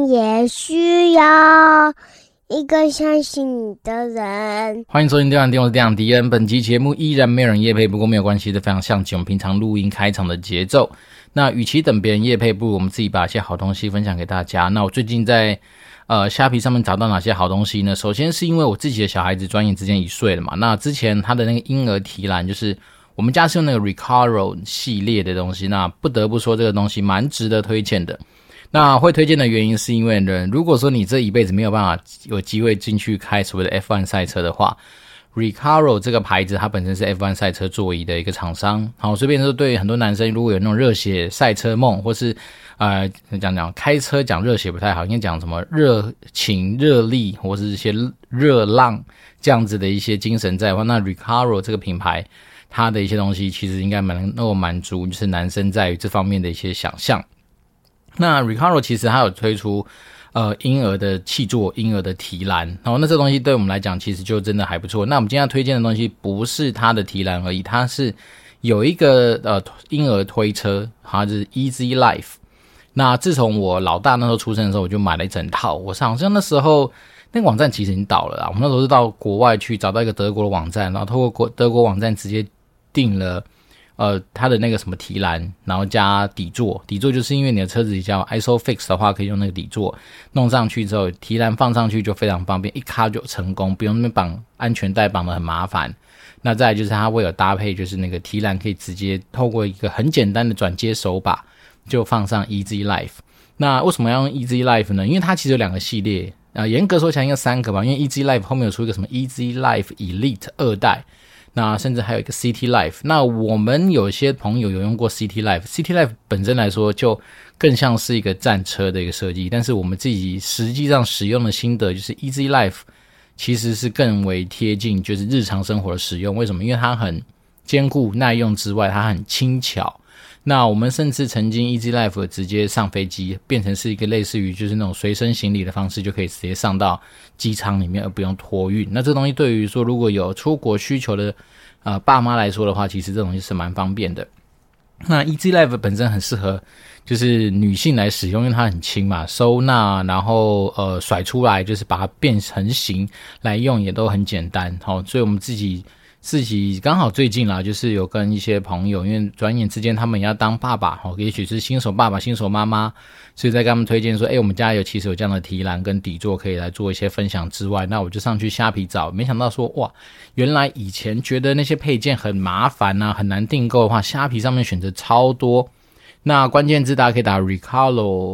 们也需要一个相信你的人。 欢迎收听电玩店，我是店长迪恩。本期节目依然没有人业配，不过没有关系的，非常像极我们平常录音开场的节奏。那与其等别人业配，不如我们自己把一些好东西分享给大家。那我最近在虾皮上面找到哪些好东西呢？首先是因为我自己的小孩子转眼之间1岁了嘛，那之前他的那个婴儿提篮，就是我们家是用那个 Recaro 系列的东西，那不得不说这个东西蛮值得推荐的。那会推荐的原因是因为呢，如果说你这一辈子没有办法有机会进去开所谓的 F1 赛车的话， Recaro 这个牌子它本身是 F1 赛车座椅的一个厂商。好，随便说对很多男生如果有那种热血赛车梦，或是讲开车讲热血不太好，应该讲什么热情热力或是一些热浪这样子的一些精神在的话，那 Recaro 这个品牌它的一些东西其实应该能够满足就是男生在于这方面的一些想象。那 Recaro 其实它有推出婴儿的气座、婴儿的提篮，然后那这东西对我们来讲其实就真的还不错。那我们今天要推荐的东西不是它的提篮而已，它是有一个婴儿推车，它是 Easy Life。那自从我老大那时候出生的时候，我就买了一整套。我好像那时候那个网站其实已经倒了啦，我们那时候是到国外去找到一个德国的网站，然后透过德国网站直接订了它的那个什么提篮，然后加底座。底座就是因为你的车子叫 ISOFIX 的话，可以用那个底座弄上去之后，提篮放上去就非常方便，一卡就成功，不用那边绑安全带绑得很麻烦。那再来就是它会有搭配，就是那个提篮可以直接透过一个很简单的转接手把就放上 Easy Life。 那为什么要用 Easy Life 呢？因为它其实有2个系列，严格说起来应该3个吧，因为 Easy Life 后面有出一个什么 Easy Life Elite 2代，那甚至还有一个 City Life。 那我们有些朋友有用过 City Life， City Life 本身来说就更像是一个战车的一个设计，但是我们自己实际上使用的心得就是 Easy Life 其实是更为贴近就是日常生活的使用。为什么？因为它很坚固耐用之外，它很轻巧。那我们甚至曾经 Easy Life 直接上飞机，变成是一个类似于就是那种随身行李的方式，就可以直接上到机舱里面而不用托运。那这东西对于说如果有出国需求的爸妈来说的话，其实这东西是蛮方便的。那 Easy Life 本身很适合就是女性来使用，因为它很轻嘛，收纳然后甩出来就是把它变成型来用也都很简单。好，所以我们自己刚好最近啦，就是有跟一些朋友，因为转眼之间他们也要当爸爸，也许是新手爸爸新手妈妈，所以在跟他们推荐说我们家其实有这样的提篮跟底座可以来做一些分享之外，那我就上去虾皮找，没想到说哇，原来以前觉得那些配件很麻烦很难订购的话，虾皮上面选择超多。那关键字大家可以打 Recaro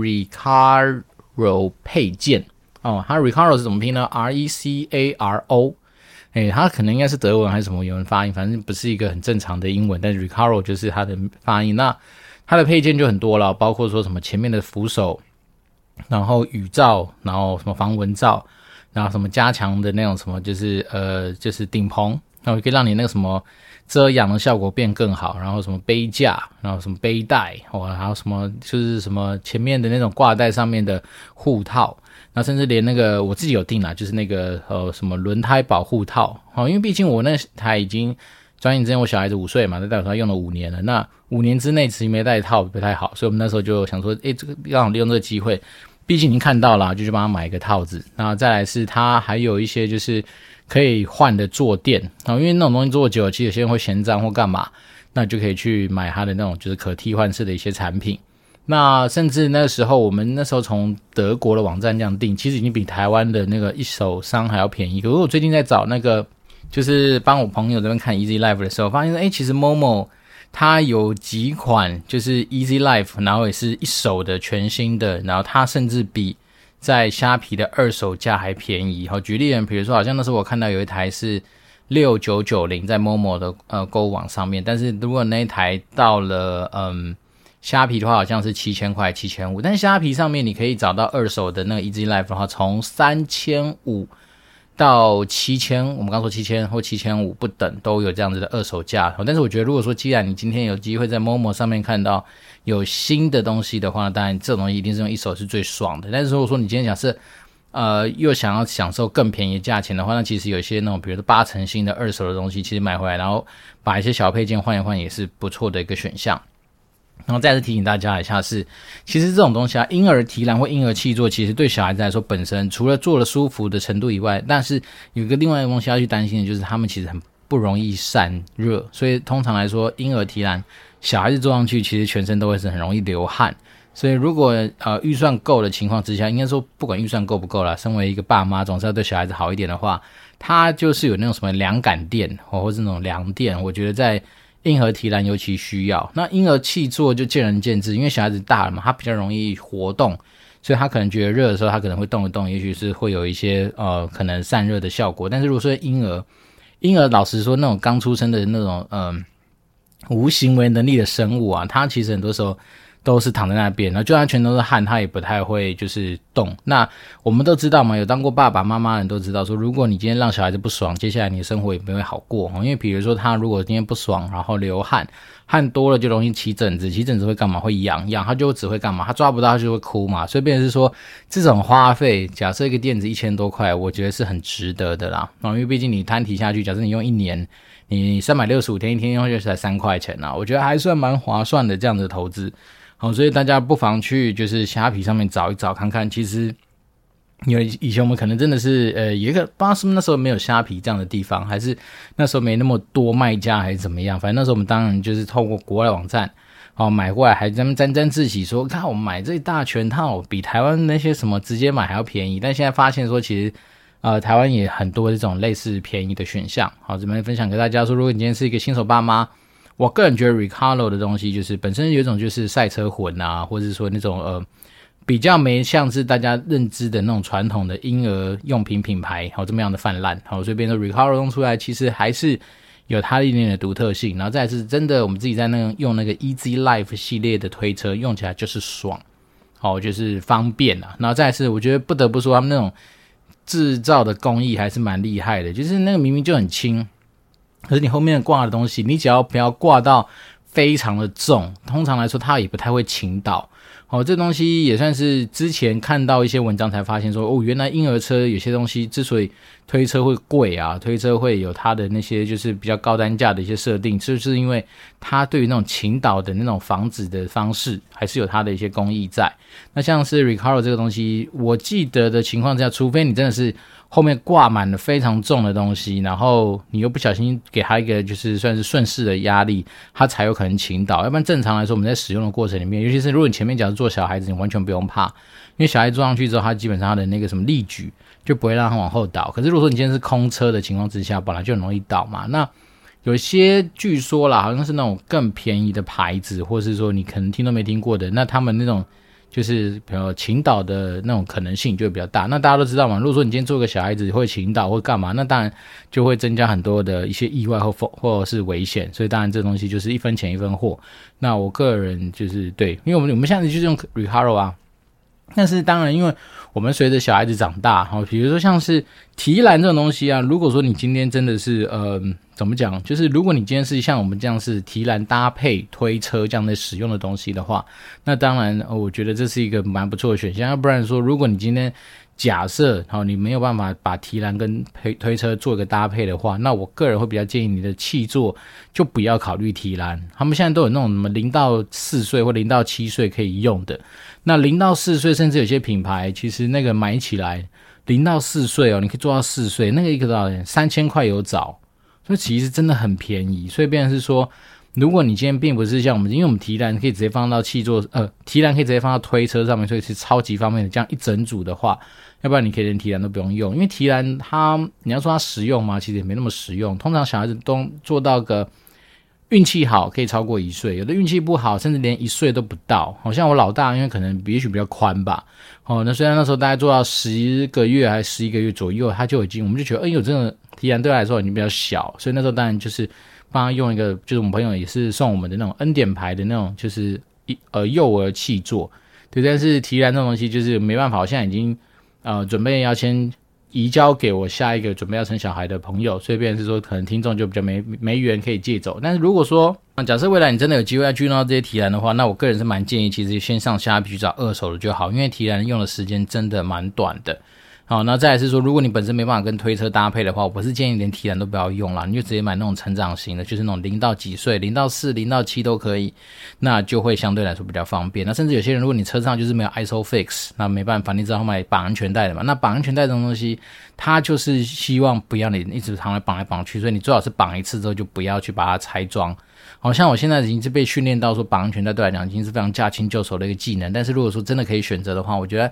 配件它 Recaro 是怎么拼呢？ R-E-C-A-R-O。它可能应该是德文还是什么有人发音，反正不是一个很正常的英文，但是 Recaro 就是它的发音。那它的配件就很多了，包括说什么前面的扶手，然后雨罩，然后什么防蚊罩，然后什么加强的那种什么就是顶棚，然后可以让你那个什么遮阳的效果变更好，然后什么杯架，然后什么背带还有什么就是什么前面的那种挂带上面的护套，那甚至连那个我自己有订啦，就是那个什么轮胎保护套因为毕竟我那台已经转眼之间我小孩子5岁嘛，那代表他用了5年了，那5年之内其实没带套不太好，所以我们那时候就想说这个刚好利用这个机会，毕竟已经看到了，就去帮他买一个套子。那再来是他还有一些就是可以换的坐垫因为那种东西坐久了其实有些人会嫌脏或干嘛，那就可以去买他的那种就是可替换式的一些产品。那甚至那时候我们那时候从德国的网站这样订，其实已经比台湾的那个一手商还要便宜。可是我最近在找那个就是帮我朋友这边看 Easy Life 的时候，发现其实 Momo 它有几款就是 Easy Life， 然后也是一手的全新的，然后它甚至比在虾皮的二手价还便宜。举例比如说好像那时候我看到有一台是6990在 Momo 的购物网上面，但是如果那一台到了虾皮的话好像是7000块7500，但虾皮上面你可以找到二手的那个 Easy Life 的话，从3500到7000，我们刚说7000或7500不等都有这样子的二手价。但是我觉得如果说既然你今天有机会在 Momo 上面看到有新的东西的话，当然这种东西一定是用一手是最爽的。但是如果说你今天假设又想要享受更便宜的价钱的话，那其实有一些那种比如说8成新的二手的东西，其实买回来然后把一些小配件换一换也是不错的一个选项。 然后再次提醒大家一下是，其实这种东西啊，婴儿提篮或婴儿气座，其实对小孩子来说本身除了做了舒服的程度以外，但是有一个另外一个东西要去担心的就是他们其实很不容易散热，所以通常来说婴儿提篮小孩子坐上去其实全身都会是很容易流汗，所以如果预算够的情况之下，应该说不管预算够不够啦，身为一个爸妈总是要对小孩子好一点的话，他就是有那种什么凉感垫或是那种凉垫，我觉得在婴儿提篮尤其需要。那婴儿气座就见仁见智，因为小孩子大了嘛，他比较容易活动，所以他可能觉得热的时候他可能会动一动，也许是会有一些可能散热的效果。但是如果说婴儿老实说那种刚出生的那种无行为能力的生物啊，他其实很多时候都是躺在那边，然后就算全都是汗，他也不太会就是动。那我们都知道嘛，有当过爸爸妈妈的人都知道说，如果你今天让小孩子不爽，接下来你的生活也不会好过。因为比如说他如果今天不爽，然后流汗，汗多了就容易起疹子，起疹子会干嘛？会痒，他就只会干嘛？他抓不到他就会哭嘛。所以变成是说，这种花费，假设一个垫子1000多块，我觉得是很值得的啦。因为毕竟你摊提下去，假设你用1年，你365天，一天用就才3块钱啊，我觉得还算蛮划算的这样的投资。好，所以大家不妨去就是虾皮上面找一找看看，其实因为以前我们可能真的是有一个不知道是不是那时候没有虾皮这样的地方，还是那时候没那么多卖家还是怎么样，反正那时候我们当然就是透过国外网站买过来，还在那边沾沾自喜说看我们买这一大全套比台湾那些什么直接买还要便宜，但现在发现说其实台湾也很多这种类似便宜的选项。好，这边分享给大家说，如果你今天是一个新手爸妈，我个人觉得 Recaro 的东西就是本身有一种就是赛车魂啊，或者是说那种比较没像是大家认知的那种传统的婴儿用品品牌这么样的泛滥。好，所以变成 Recaro 用出来其实还是有它一点的独特性。然后再来是真的我们自己在用那个 Easy Life 系列的推车用起来就是爽，好，就是方便啊。然后再来是我觉得不得不说他们那种制造的工艺还是蛮厉害的，就是那个明明就很轻，可是你后面挂的东西，你只要不要挂到非常的重，通常来说它也不太会倾倒。这东西也算是之前看到一些文章才发现说，原来婴儿车有些东西之所以推车会贵啊，推车会有它的那些就是比较高单价的一些设定，就是因为它对于那种倾倒的那种防止的方式还是有它的一些工艺在。那像是 Recaro 这个东西，我记得的情况下，除非你真的是后面挂满了非常重的东西，然后你又不小心给它一个就是算是顺势的压力，它才有可能倾倒。要不然正常来说我们在使用的过程里面，尤其是如果你前面假如做小孩子，你完全不用怕，因为小孩坐上去之后，他基本上他的那个什么力矩就不会让他往后倒。可是如果说你今天是空车的情况之下，本来就很容易倒嘛。那有些据说啦，好像是那种更便宜的牌子，或是说你可能听都没听过的，那他们那种就是比如倾倒的那种可能性就会比较大。那大家都知道嘛，如果说你今天做个小孩子会倾倒或干嘛，那当然就会增加很多的一些意外或者是危险。所以当然这东西就是一分钱一分货。那我个人就是对，因为我们现在就是用 Recaro 啊，但是当然因为我们随着小孩子长大，比如说像是提篮这种东西啊，如果说你今天真的是怎么讲，就是如果你今天是像我们这样是提篮搭配推车这样的使用的东西的话，那当然我觉得这是一个蛮不错的选项。要不然说如果你今天假设你没有办法把提篮跟推车做一个搭配的话，那我个人会比较建议你的气座就不要考虑提篮。他们现在都有那种什么0到4岁或0到7岁可以用的，那0到4岁甚至有些品牌其实那个买起来0到4岁你可以做到4岁，那个一个多少钱？3000块有找，所以其实真的很便宜。所以变成是说，如果你今天并不是像我们，因为我们提篮可以直接放到气座，提篮可以直接放到推车上面，所以是超级方便的。这样一整组的话，要不然你可以连提篮都不用用，因为提篮你要说它实用吗？其实也没那么实用。通常小孩子都做到个运气好可以超过1岁，有的运气不好甚至连1岁都不到。好像我老大因为可能也许比较宽吧，那虽然那时候大概做到10个月还是11个月左右，他就已经我们就觉得有这个提篮对他来说已经比较小，所以那时候当然就是帮他用一个，就是我们朋友也是送我们的那种恩典牌的那种就是幼儿气座，对。但是提篮这种东西就是没办法，我现在已经准备要先移交给我下一个准备要生小孩的朋友，所以变成是说可能听众就比较没缘可以借走。但是如果说假设未来你真的有机会要去用到这些提篮的话，那我个人是蛮建议其实先上虾皮去找二手的就好，因为提篮用的时间真的蛮短的。 好，那再来是说，如果你本身没办法跟推车搭配的话，我是建议连提篮都不要用啦，你就直接买那种成长型的，就是那种0到几岁，0到4、0到7都可以，那就会相对来说比较方便。那甚至有些人，如果你车上就是没有 ISOFIX， 那没办法，你只好买绑安全带的嘛。那绑安全带这种东西，它就是希望不要你一直常来绑来绑去，所以你最好是绑一次之后就不要去把它拆装。好像我现在已经是被训练到说绑安全带对来讲已经是非常驾轻就熟的一个技能，但是如果说真的可以选择的话，我觉得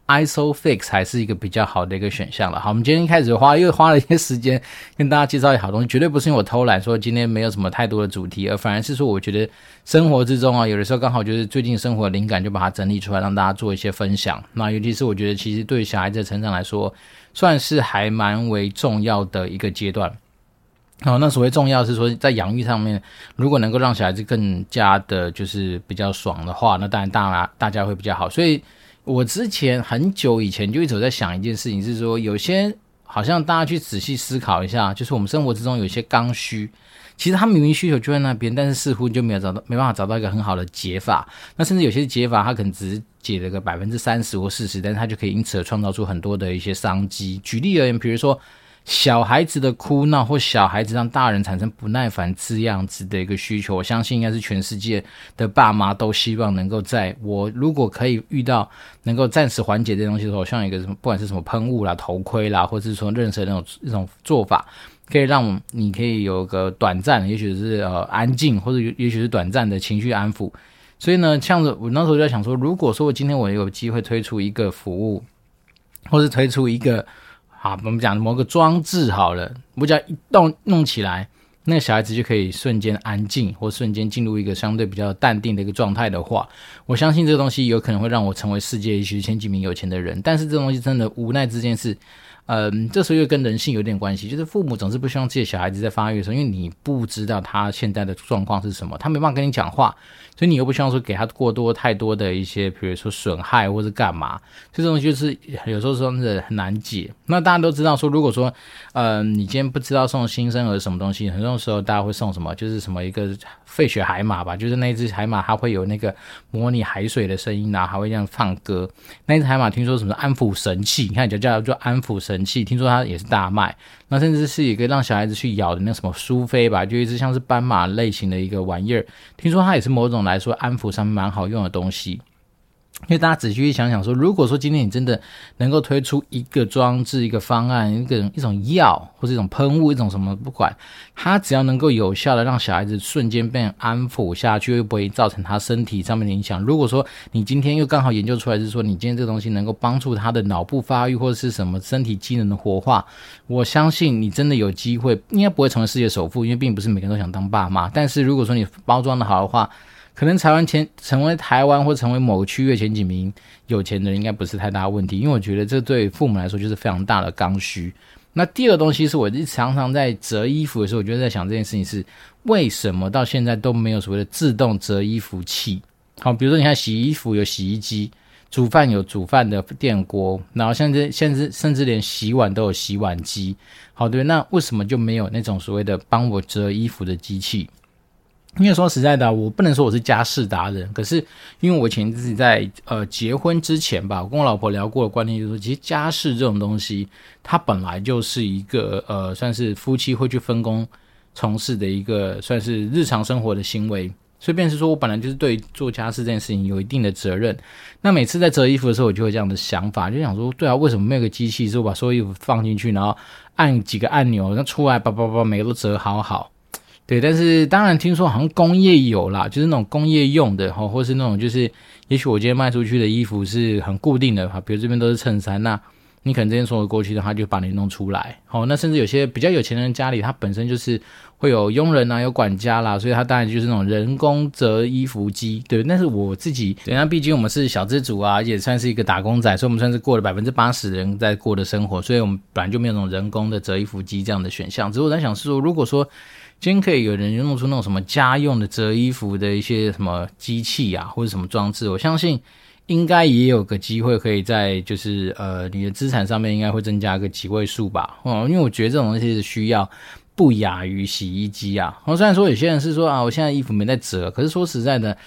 ISOFIX 还是一个比较好的一个选项了。好，我们今天一开始又花了一些时间跟大家介绍一些好东西，绝对不是因为我偷懒说今天没有什么太多的主题，而反而是说我觉得生活之中啊，有的时候刚好就是最近生活的灵感就把它整理出来让大家做一些分享。那尤其是我觉得其实对小孩子的成长来说算是还蛮为重要的一个阶段。好，那所谓重要是说在养育上面，如果能够让小孩子更加的就是比较爽的话，那当然大家会比较好。所以我之前很久以前就一直有在想一件事情，是说有些好像大家去仔细思考一下，就是我们生活之中有一些刚需，其实他明明需求就在那边，但是似乎就没办法找到一个很好的解法。那甚至有些解法他可能只是解了个 30% 或 40%， 但是他就可以因此而创造出很多的一些商机。举例而言，比如说小孩子的哭闹或小孩子让大人产生不耐烦这样子的一个需求，我相信应该是全世界的爸妈都希望能够在我如果可以遇到能够暂时缓解这些东西的时候，像一个什么不管是什么喷雾啦、头盔啦，或者是说任何那种做法，可以让你可以有个短暂也许是安静，或者也许是短暂的情绪安抚。所以呢，像我那时候就在想说，如果说今天我有机会推出一个服务，或是推出一个我们讲某个装置好了，我只要一弄起来，那个小孩子就可以瞬间安静，或瞬间进入一个相对比较淡定的一个状态的话，我相信这个东西有可能会让我成为世界也许前几名有钱的人。但是这东西真的无奈之间是这时候又跟人性有点关系，就是父母总是不希望自己的小孩子在发育的时候，因为你不知道他现在的状况是什么，他没办法跟你讲话，所以你又不希望说给他太多的一些比如说损害或是干嘛，这种东西就是有时候真的很难解。那大家都知道说，如果说你今天不知道送新生儿什么东西，很多时候大家会送什么，就是什么一个费雪海马吧，就是那只海马它会有那个模拟海水的声音啊，还会这样放歌。那只海马听说什么安抚神器，你看叫安抚神器，听说它也是大卖。那甚至是一个让小孩子去咬的那什么苏菲吧，就一只像是斑马类型的一个玩意儿，听说它也是某种来说安抚上面蛮好用的东西。因为大家仔细想想说，如果说今天你真的能够推出一个装置、一个方案、一种药或者一种喷雾、一种什么不管，它只要能够有效的让小孩子瞬间被安抚下去，又不会造成他身体上面的影响。如果说你今天又刚好研究出来是说你今天这个东西能够帮助他的脑部发育或者是什么身体机能的活化，我相信你真的有机会，应该不会成为世界首富，因为并不是每个人都想当爸妈。但是如果说你包装的好的话，可能成为台湾或成为某个区域前几名有钱的人应该不是太大的问题，因为我觉得这对父母来说就是非常大的刚需。那第二个东西是我常常在折衣服的时候，我就在想这件事情是为什么到现在都没有所谓的自动折衣服器。好，比如说你看洗衣服有洗衣机，煮饭有煮饭的电锅，然后甚至连洗碗都有洗碗机。好，对，那为什么就没有那种所谓的帮我折衣服的机器？因为说实在的，我不能说我是家事达人，可是因为我以前自己在结婚之前吧，我跟我老婆聊过的观念就是说，其实家事这种东西，它本来就是一个算是夫妻会去分工从事的一个算是日常生活的行为。所以便是说我本来就是对做家事这件事情有一定的责任。那每次在折衣服的时候，我就会这样的想法，就想说，对啊，为什么没有个机器是我把所有衣服放进去，然后按几个按钮，那出来每个都折好。对，但是当然听说好像工业有啦，就是那种工业用的，或是那种就是也许我今天卖出去的衣服是很固定的，比如这边都是衬衫，那你可能这边送过去的话就把你弄出来。那甚至有些比较有钱的人家里他本身就是会有佣人啊，有管家啦，所以他当然就是那种人工折衣服机。对，但是我自己对，那毕竟我们是小资族啊，也算是一个打工仔，所以我们算是过了 80% 的人在过的生活，所以我们本来就没有那种人工的折衣服机这样的选项。只是我在想是说，如果说今天可以有人弄出那种什么家用的折衣服的一些什么机器啊，或者什么装置，我相信应该也有个机会可以在就是你的资产上面应该会增加个几位数吧。因为我觉得这种东西的需要不亚于洗衣机啊。虽然说有些人是说我现在衣服没在折，可是说实在的，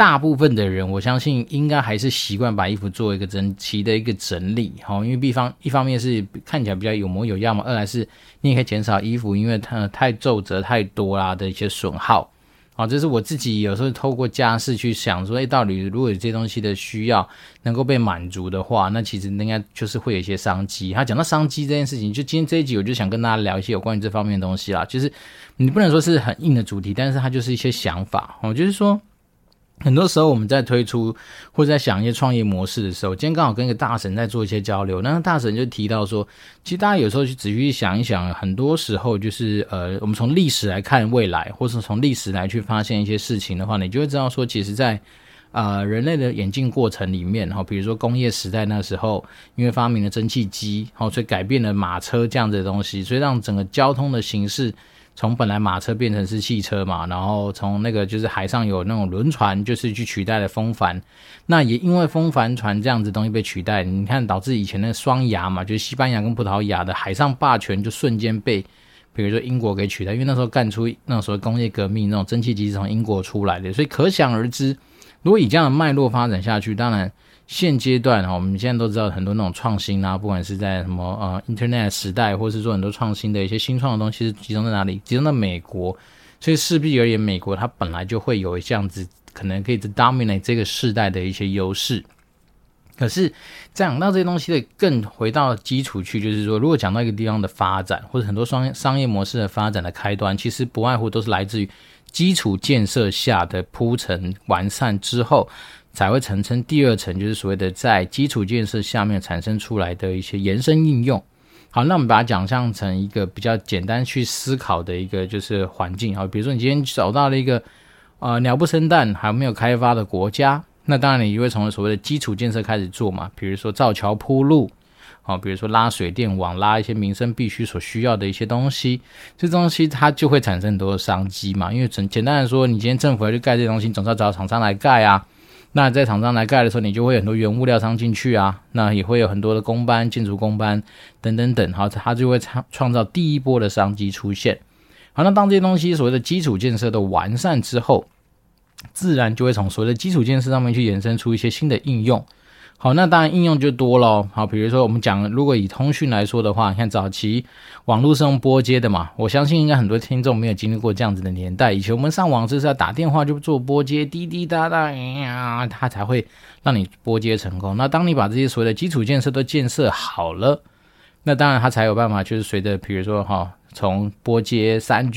大部分的人我相信应该还是习惯把衣服做一个整齐的一个整理，因为一方面是看起来比较有模有样嘛，二来是你也可以减少衣服因为它太皱褶太多啦的一些损耗。这是我自己有时候透过家事去想说，到底如果有这些东西的需要能够被满足的话，那其实应该就是会有一些商机。他讲到商机这件事情，就今天这一集我就想跟大家聊一些有关于这方面的东西啦，就是你不能说是很硬的主题，但是它就是一些想法。就是说很多时候我们在推出或者在想一些创业模式的时候，今天刚好跟一个大神在做一些交流，那大神就提到说，其实大家有时候去仔细想一想，很多时候就是我们从历史来看未来，或是从历史来去发现一些事情的话，你就会知道说，其实在人类的演进过程里面，比如说工业时代那时候，因为发明了蒸汽机，所以改变了马车这样子的东西，所以让整个交通的形式从本来马车变成是汽车嘛，然后从那个就是海上有那种轮船，就是去取代了风帆。那也因为风帆船这样子东西被取代，你看导致以前的双牙嘛，就是西班牙跟葡萄牙的海上霸权就瞬间被比如说英国给取代，因为那时候干出那种所谓工业革命，那种蒸汽机是从英国出来的，所以可想而知，如果以这样的脉络发展下去，当然现阶段我们现在都知道很多那种创新啊，不管是在什么Internet 时代，或是说很多创新的一些新创的东西是集中在哪里？集中在美国，所以势必而言，美国它本来就会有这样子可能可以 dominate 这个世代的一些优势。可是讲到这些东西的更回到基础去，就是说如果讲到一个地方的发展，或者很多商业模式的发展的开端，其实不外乎都是来自于基础建设下的铺陈完善之后，才会产生第二层，就是所谓的在基础建设下面产生出来的一些延伸应用。好，那我们把它讲象成一个比较简单去思考的一个就是环境。好，比如说你今天找到了一个鸟不生蛋还没有开发的国家，那当然你就会从所谓的基础建设开始做嘛，比如说造桥铺路，比如说拉水电网，拉一些民生必须所需要的一些东西，这东西它就会产生很多的商机嘛。因为简单的说，你今天政府要去盖这些东西，总是要找厂商来盖啊。那在厂商来盖的时候，你就会有很多原物料商进去啊，那也会有很多的工班、建筑工班等等等，好，它就会创造第一波的商机出现。好，那当这些东西所谓的基础建设的完善之后，自然就会从所谓的基础建设上面去衍生出一些新的应用。好，那当然应用就多咯。好，比如说我们讲，如果以通讯来说的话，你看早期网络是用拨接的嘛，我相信应该很多听众没有经历过这样子的年代。以前我们上网就是要打电话就做拨接，滴滴答答，它才会让你拨接成功。那当你把这些所谓的基础建设都建设好了，那当然它才有办法就是随着比如说从拨接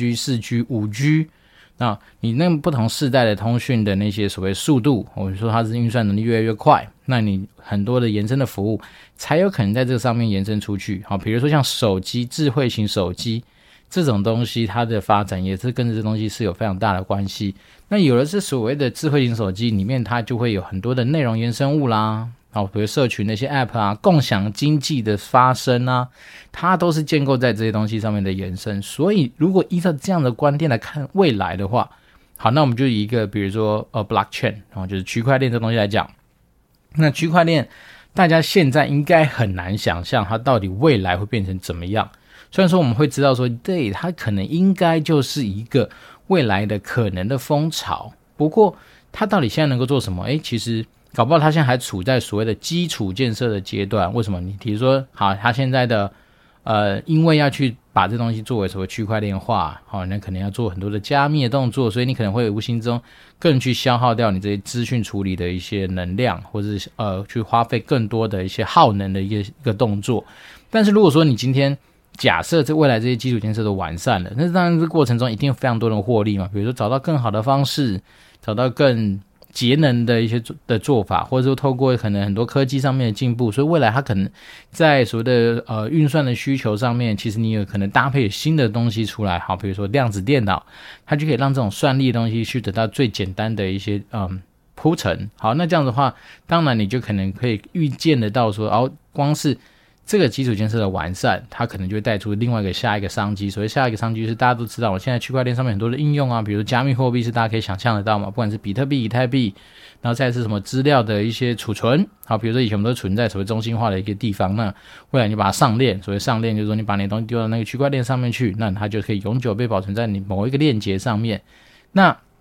3G、4G、5G，那你那不同世代的通讯的那些所谓速度，我们说它是运算能力越来越快，那你很多的延伸的服务才有可能在这个上面延伸出去。好，比如说像手机、智慧型手机这种东西，它的发展也是跟这东西是有非常大的关系。那有了这所谓的智慧型手机里面，它就会有很多的内容延伸物啦，比如社群那些 App 啊，共享经济的发生啊，它都是建构在这些东西上面的延伸。所以如果依照这样的观点来看未来的话，好，那我们就以一个比如说blockchain， 就是区块链这东西来讲，那区块链大家现在应该很难想象它到底未来会变成怎么样。虽然说我们会知道说对，它可能应该就是一个未来的可能的风潮，不过它到底现在能够做什么？其实搞不好它现在还处在所谓的基础建设的阶段。为什么？你比如说好，它现在的因为要去把这东西作为所谓区块链化，那可能要做很多的加密的动作，所以你可能会无形中更去消耗掉你这些资讯处理的一些能量，或者是去花费更多的一些耗能的一个动作。但是如果说你今天假设这未来这些基础建设都完善了，那当然这过程中一定有非常多人获利嘛，比如说找到更好的方式，找到更节能的一些的做法，或者说透过可能很多科技上面的进步，所以未来它可能在所谓的运算的需求上面，其实你有可能搭配新的东西出来。好，比如说量子电脑，它就可以让这种算力的东西去得到最简单的一些铺陈。好，那这样的话，当然你就可能可以预见得到说，光是这个基础建设的完善，它可能就会带出另外下一个商机。所谓下一个商机是大家都知道，我现在区块链上面很多的应用啊，比如加密货币是大家可以想象得到嘛，不管是比特币、以太币，然后再是什么资料的一些储存。好，比如说以前我们都存在所谓中心化的一个地方，那未来你把它上链，所谓上链就是说你把你的东西丢到那个区块链上面去，那它就可以永久被保存在你某一个链接上面。那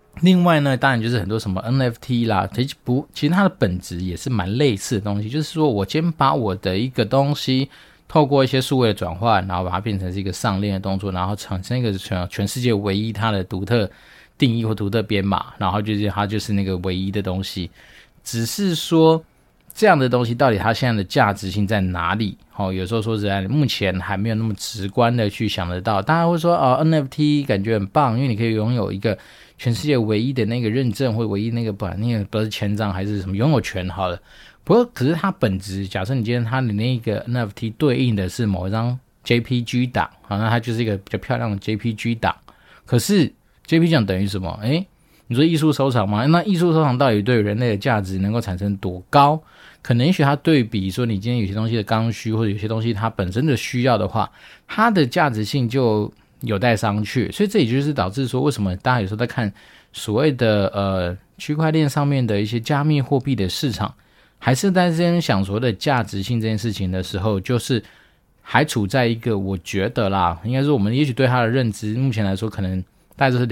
另外呢，当然就是很多什么 NFT 啦，其实它的本质也是蛮类似的东西，就是说我今天把我的一个东西透过一些数位的转换，然后把它变成是一个上链的动作，然后产生一个全世界唯一它的独特定义或独特编码，然后它就是那个唯一的东西。只是说这样的东西到底它现在的价值性在哪里？有时候说实在的，目前还没有那么直观的去想得到。大家会说NFT 感觉很棒，因为你可以拥有一个全世界唯一的那个认证，或唯一那个不是签章还是什么拥有权好了。不过可是它本质，假设你今天它的那个 NFT 对应的是某一张 JPG 档，那它就是一个比较漂亮的 JPG 档。可是 JPG 档等于什么？你说艺术收藏吗？那艺术收藏到底对人类的价值能够产生多高？可能也许它对比说你今天有些东西的刚需，或者有些东西它本身的需要的话，它的价值性就有待商榷。所以这也就是导致说为什么大家有时候在看所谓的区块链上面的一些加密货币的市场，还是在这边想所谓的价值性这件事情的时候，就是还处在一个我觉得啦，应该说我们也许对它的认知目前来说可能大概就是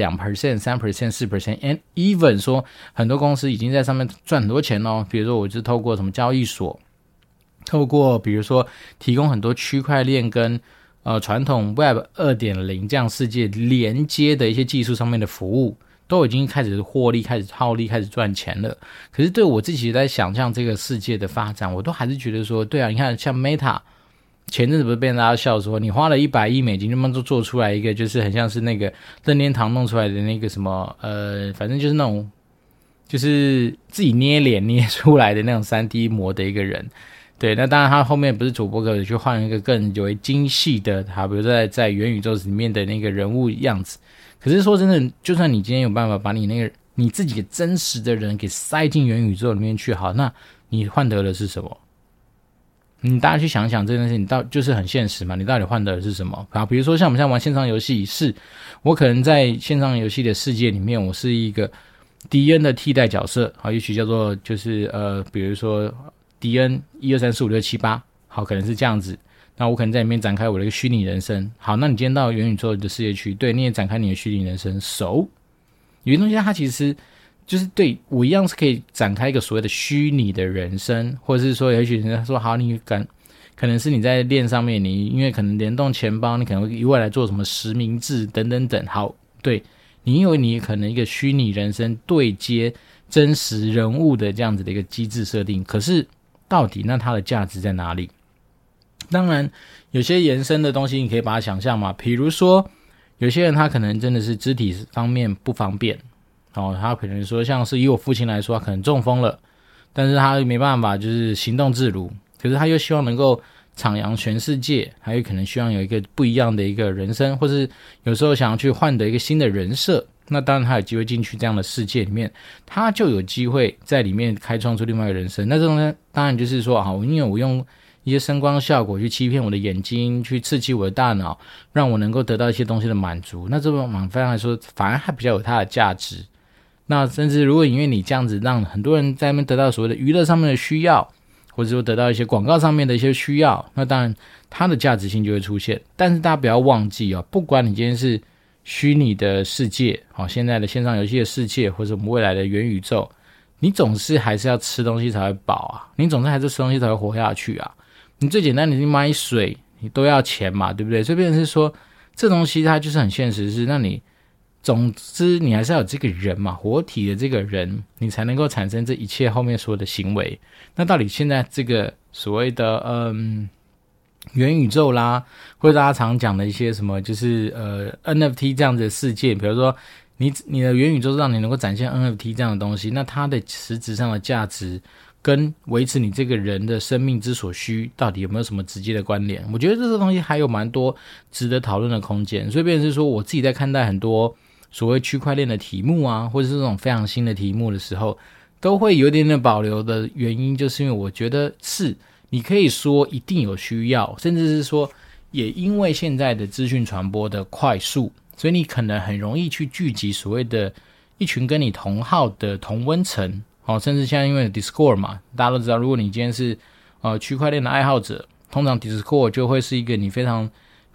2%、3%、4%，and even 说很多公司已经在上面赚很多钱哦。比如说我就透过什么交易所，透过比如说提供很多区块链跟传统 Web 2.0 这样世界连接的一些技术上面的服务，都已经开始获利、开始套利、开始赚钱了。可是对我自己在想象这个世界的发展，我都还是觉得说，对啊，你看像 Meta。前阵子不是被大家笑说，你花了$100亿就能做出来一个，就是很像是那个任天堂弄出来的那个什么反正就是那种就是自己捏脸捏出来的那种 3D 模的一个人。对，那当然他后面不是佐伯格去换一个更为精细的比如在元宇宙里面的那个人物样子。可是说真的，就算你今天有办法把你那个你自己真实的人给塞进元宇宙里面去，好，那你换得的是什么？大家去想想这件事情，就是很现实嘛。你到底换得的是什么？比如说像我们现在玩线上游戏，我可能在线上游戏的世界里面，我是一个敌人的替代角色，好，也许叫做就是比如说敌人123456788，好，可能是这样子。那我可能在里面展开我的一个虚拟人生。好，那你今天到元宇宙的世界区，对，你也展开你的虚拟人生。有些东西它其实就是对我一样是可以展开一个所谓的虚拟的人生，或者是说也许人家说好，你可能是你在链上面，你因为可能联动钱包，你可能会未来做什么实名制等等等。好，对，你因为你可能一个虚拟人生对接真实人物的这样子的一个机制设定，可是到底那它的价值在哪里？当然有些延伸的东西你可以把它想象嘛，比如说有些人他可能真的是肢体方面不方便，他可能说像是以我父亲来说，他可能中风了，但是他没办法就是行动自如，可是他又希望能够徜徉全世界，还有可能希望有一个不一样的一个人生，或是有时候想要去换得一个新的人设，那当然他有机会进去这样的世界里面，他就有机会在里面开创出另外一个人生。那这种呢，当然就是说因为我用一些声光效果去欺骗我的眼睛，去刺激我的大脑，让我能够得到一些东西的满足，那这种反而来说反而还比较有它的价值。那甚至如果因为你这样子让很多人在那边得到所谓的娱乐上面的需要，或者说得到一些广告上面的一些需要，那当然它的价值性就会出现。但是大家不要忘记不管你今天是虚拟的世界，现在的线上游戏的世界，或者我们未来的元宇宙，你总是还是要吃东西才会饱啊，你总是还是吃东西才会活下去啊。你最简单你买水你都要钱嘛，对不对？所以变成是说这东西它就是很现实，是那你总之你还是要有这个人嘛，活体的这个人，你才能够产生这一切后面所有的行为。那到底现在这个所谓的元宇宙啦，或者大家常讲的一些什么就是NFT 这样子的世界，比如说你的元宇宙让你能够展现 NFT 这样的东西，那它的实质上的价值跟维持你这个人的生命之所需到底有没有什么直接的关联？我觉得这个东西还有蛮多值得讨论的空间。所以变成是说我自己在看待很多所谓区块链的题目啊，或者是这种非常新的题目的时候，都会有点点保留的原因，就是因为我觉得是你可以说一定有需要，甚至是说也因为现在的资讯传播的快速，所以你可能很容易去聚集所谓的一群跟你同号的同温层，甚至现在因为 Discord 嘛，大家都知道，如果你今天是区块链的爱好者，通常 Discord 就会是一个你非常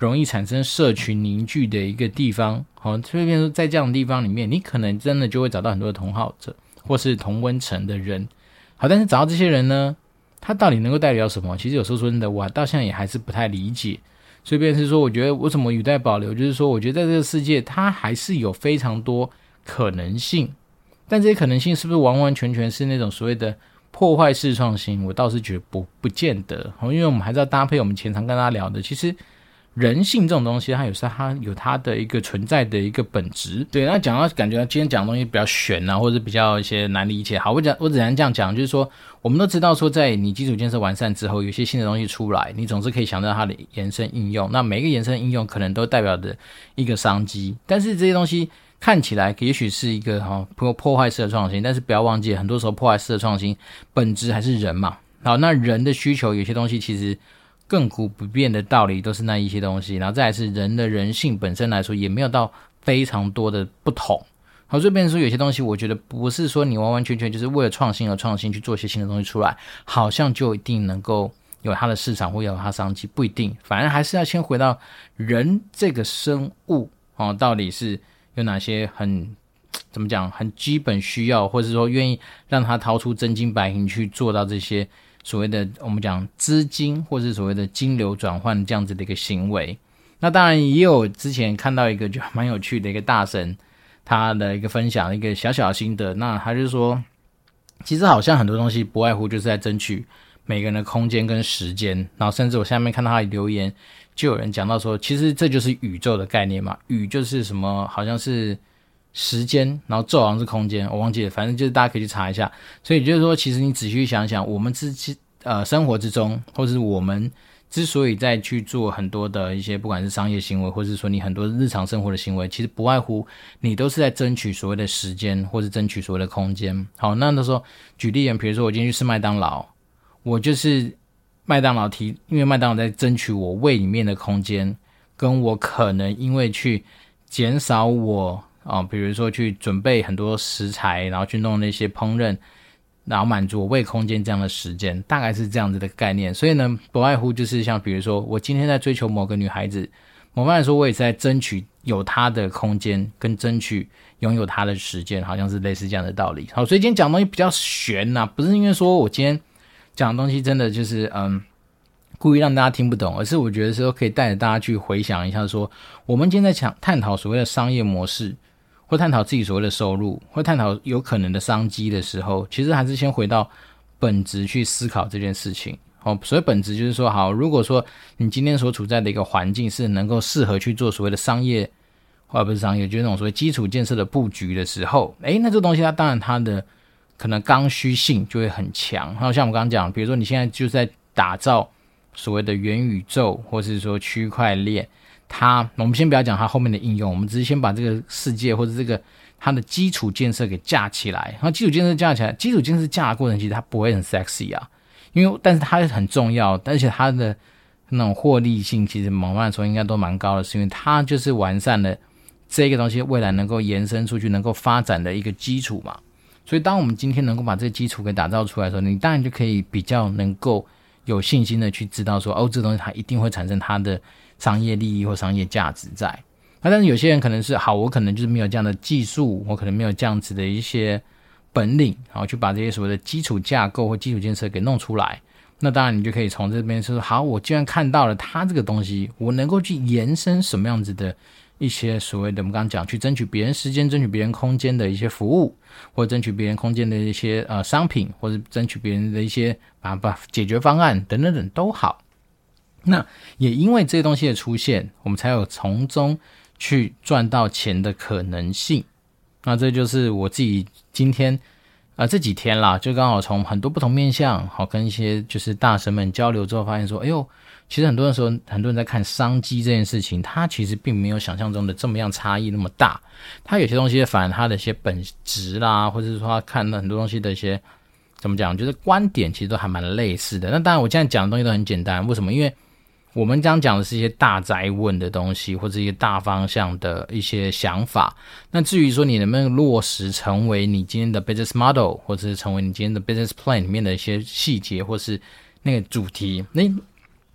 容易产生社群凝聚的一个地方。好，所以变成说在这样的地方里面，你可能真的就会找到很多的同好者或是同温层的人。好，但是找到这些人呢，他到底能够代表什么？其实有时候说真的，我到现在也还是不太理解。所以变成是说，我觉得为什么语带保留，就是说我觉得在这个世界它还是有非常多可能性，但这些可能性是不是完完全全是那种所谓的破坏式创新，我倒是觉得不见得。因为我们还是要搭配我们前常跟大家聊的，其实人性这种东西它有它的一个存在的一个本质。对，那讲到感觉今天讲的东西比较玄啊，或者比较一些难理解。好，我只能这样讲，就是说我们都知道说在你基础建设完善之后，有些新的东西出来，你总是可以想到它的延伸应用，那每一个延伸应用可能都代表着一个商机，但是这些东西看起来也许是一个破坏式的创新，但是不要忘记很多时候破坏式的创新本质还是人嘛。好，那人的需求有些东西其实亘古不变的道理都是那一些东西，然后再来是人的人性本身来说也没有到非常多的不同。好，所以变成说有些东西我觉得不是说你完完全全就是为了创新而创新去做一些新的东西出来，好像就一定能够有它的市场或有它的商机，不一定。反而还是要先回到人这个生物到底是有哪些怎么讲很基本需要，或者说愿意让他掏出真金白银去做到这些所谓的我们讲资金或是所谓的金流转换这样子的一个行为。那当然也有之前看到一个就蛮有趣的一个大神，他的一个分享一个小小的心得，那他就说其实好像很多东西不外乎就是在争取每个人的空间跟时间，然后甚至我下面看到他的留言就有人讲到说其实这就是宇宙的概念嘛，宇就是什么好像是时间，然后宙好像是空间，我忘记了，反正就是大家可以去查一下。所以就是说其实你仔细想想，我们生活之中或是我们之所以在去做很多的一些不管是商业行为，或是说你很多日常生活的行为，其实不外乎你都是在争取所谓的时间或是争取所谓的空间。好，那时候举例比如说我今天去吃麦当劳，我就是麦当劳因为麦当劳在争取我胃里面的空间，跟我可能因为去减少我比如说去准备很多食材，然后去弄那些烹饪，然后满足我胃空间这样的时间，大概是这样子的概念。所以呢不外乎就是像比如说我今天在追求某个女孩子，某方面来说我也是在争取有她的空间跟争取拥有她的时间，好像是类似这样的道理。好，所以今天讲的东西比较玄不是因为说我今天讲的东西真的就是故意让大家听不懂，而是我觉得说可以带着大家去回想一下说我们今天在探讨所谓的商业模式，或探讨自己所谓的收入，或探讨有可能的商机的时候，其实还是先回到本质去思考这件事情。所谓本质就是说，好，如果说你今天所处在的一个环境是能够适合去做所谓的商业，或者不是商业，就是那种所谓基础建设的布局的时候，那这东西它当然它的可能刚需性就会很强。然后像我们刚刚讲，比如说你现在就在打造所谓的元宇宙，或是说区块链，我们先不要讲它后面的应用，我们只是先把这个世界或者这个它的基础建设给架起来。然后基础建设架起来，基础建设架的过程其实它不会很 sexy 但是它很重要，而且它的那种获利性其实某方面说应该都蛮高的，是因为它就是完善了这个东西未来能够延伸出去能够发展的一个基础嘛。所以当我们今天能够把这个基础给打造出来的时候，你当然就可以比较能够有信心的去知道说这东西它一定会产生它的商业利益或商业价值在。但是有些人可能是我可能就是没有这样的技术，我可能没有这样子的一些本领，然后去把这些所谓的基础架构或基础建设给弄出来。那当然你就可以从这边说，好，我既然看到了它这个东西，我能够去延伸什么样子的一些所谓的我们刚刚讲去争取别人时间、争取别人空间的一些服务，或者争取别人空间的一些商品，或者争取别人的一些把解决方案等等等都好。那也因为这些东西的出现，我们才有从中去赚到钱的可能性。那这就是我自己今天这几天啦，就刚好从很多不同面向跟一些就是大神们交流之后，发现说其实很多人在看商机这件事情，它其实并没有想象中的这么样差异那么大。它有些东西反而它的一些本质啦，或者是说他看到很多东西的一些怎么讲，就是观点其实都还蛮类似的。那当然我现在讲的东西都很简单，为什么？因为我们刚讲的是一些大哉问的东西，或者一些大方向的一些想法。那至于说你能不能落实成为你今天的 business model， 或者是成为你今天的 business plan 里面的一些细节，或是那个主题，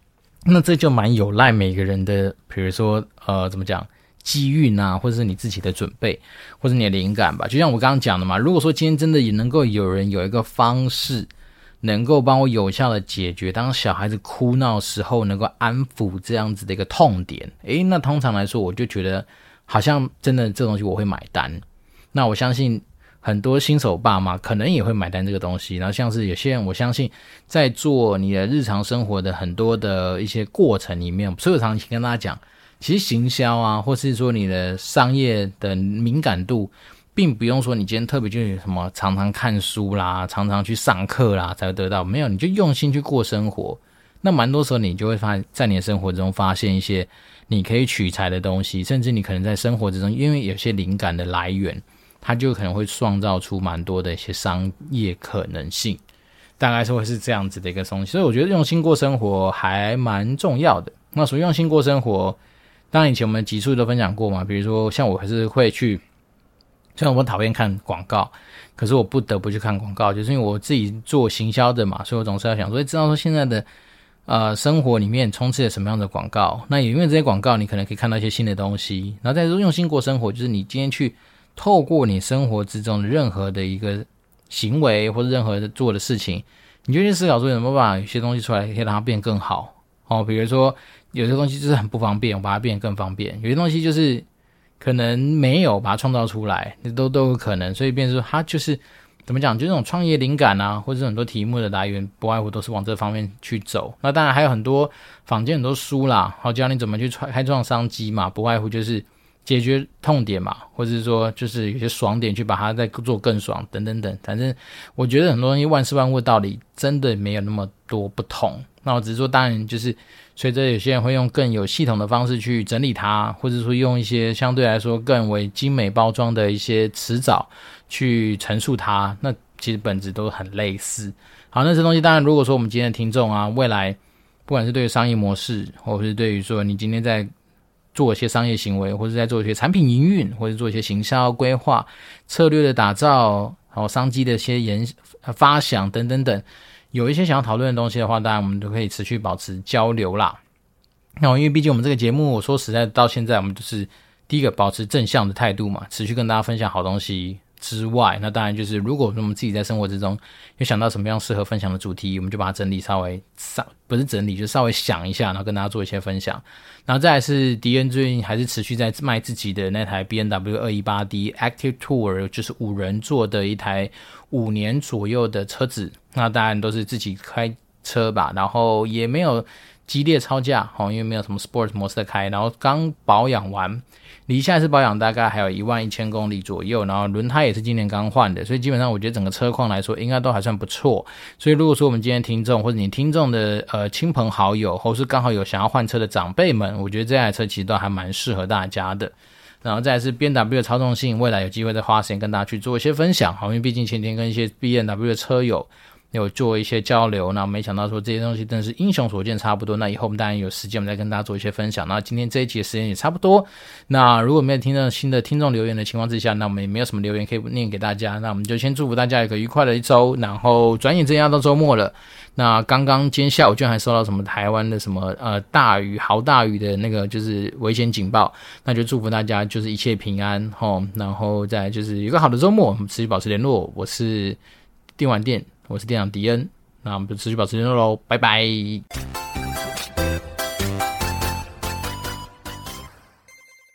那这就蛮有赖每个人的，比如说怎么讲，机运啊，或者是你自己的准备，或者你的灵感吧。就像我刚刚讲的嘛，如果说今天真的也能够有人有一个方式能够帮我有效的解决当小孩子哭闹时候能够安抚这样子的一个痛点，那通常来说我就觉得好像真的这东西我会买单。那我相信很多新手爸妈可能也会买单这个东西，然后像是有些人我相信在做你的日常生活的很多的一些过程里面，所以我常常跟大家讲，其实行销啊，或是说你的商业的敏感度并不用说你今天特别就有什么常常看书啦，常常去上课啦才会得到，没有，你就用心去过生活，那蛮多时候你就会发现在你的生活中发现一些你可以取材的东西，甚至你可能在生活之中因为有些灵感的来源，它就可能会创造出蛮多的一些商业可能性，大概是会是这样子的一个东西。所以我觉得用心过生活还蛮重要的。那所谓用心过生活，当然以前我们集数都分享过嘛，比如说像我还是会去，虽然我讨厌看广告，可是我不得不去看广告，就是因为我自己做行销的嘛，所以我总是要想说知道说现在的生活里面充斥了什么样的广告，那也因为这些广告你可能可以看到一些新的东西，然后再说用心过生活，就是你今天去透过你生活之中的任何的一个行为或者任何的做的事情，你就去思考说有没有办法有些东西出来可以让它变更好比如说有些东西就是很不方便，我把它变得更方便，有些东西就是可能没有把它创造出来，都有可能，所以变成说它就是怎么讲，就这种创业灵感啊，或者是很多题目的来源，不外乎都是往这方面去走。那当然还有很多坊间很多书啦，教你怎么去开创商机嘛，不外乎就是解决痛点嘛，或者是说就是有些爽点去把它再做更爽等等等。反正我觉得很多东西万事万物道理真的没有那么多不同。那我只是说当然就是随着有些人会用更有系统的方式去整理它，或者说用一些相对来说更为精美包装的一些词藻去陈述它，那其实本质都很类似。好，那这东西当然如果说我们今天的听众啊，未来不管是对于商业模式，或者是对于说你今天在做一些商业行为，或者在做一些产品营运，或者做一些行销规划、策略的打造，然后商机的一些发想等等等，有一些想要讨论的东西的话，当然我们都可以持续保持交流啦。那因为毕竟我们这个节目，我说实在到现在我们就是第一个保持正向的态度嘛，持续跟大家分享好东西之外，那当然就是如果我们自己在生活之中有想到什么样适合分享的主题，我们就把它整理不是整理，就稍微想一下，然后跟大家做一些分享。然后再来是迪恩最近还是持续在卖自己的那台 BMW 218D Active Tour， 就是5人座的一台5年左右的车子，那当然都是自己开车吧，然后也没有激烈超价因为没有什么 Sport 模式的开，然后刚保养完，离下一次保养大概还有11000公里左右，然后轮胎也是今年刚换的，所以基本上我觉得整个车况来说应该都还算不错。所以如果说我们今天听众或者你听众的亲朋好友，或是刚好有想要换车的长辈们，我觉得这台车其实都还蛮适合大家的。然后再来是 BMW 的操纵性，未来有机会再花时间跟大家去做一些分享，因为毕竟前天跟一些 BMW 的车友有做一些交流，那没想到说这些东西真的是英雄所见差不多，那以后我们当然有时间我们再跟大家做一些分享。那今天这一集的时间也差不多，那如果没有听到新的听众留言的情况之下，那我们也没有什么留言可以念给大家，那我们就先祝福大家有个愉快的一周，然后转眼之间要到周末了。那刚刚今天下午居然还收到什么台湾的什么豪大雨的那个就是危险警报，那就祝福大家就是一切平安然后再来就是有个好的周末，我们持续保持联络。我是电玩店，我是店长迪恩，那我们就持续保持联络咯，拜拜。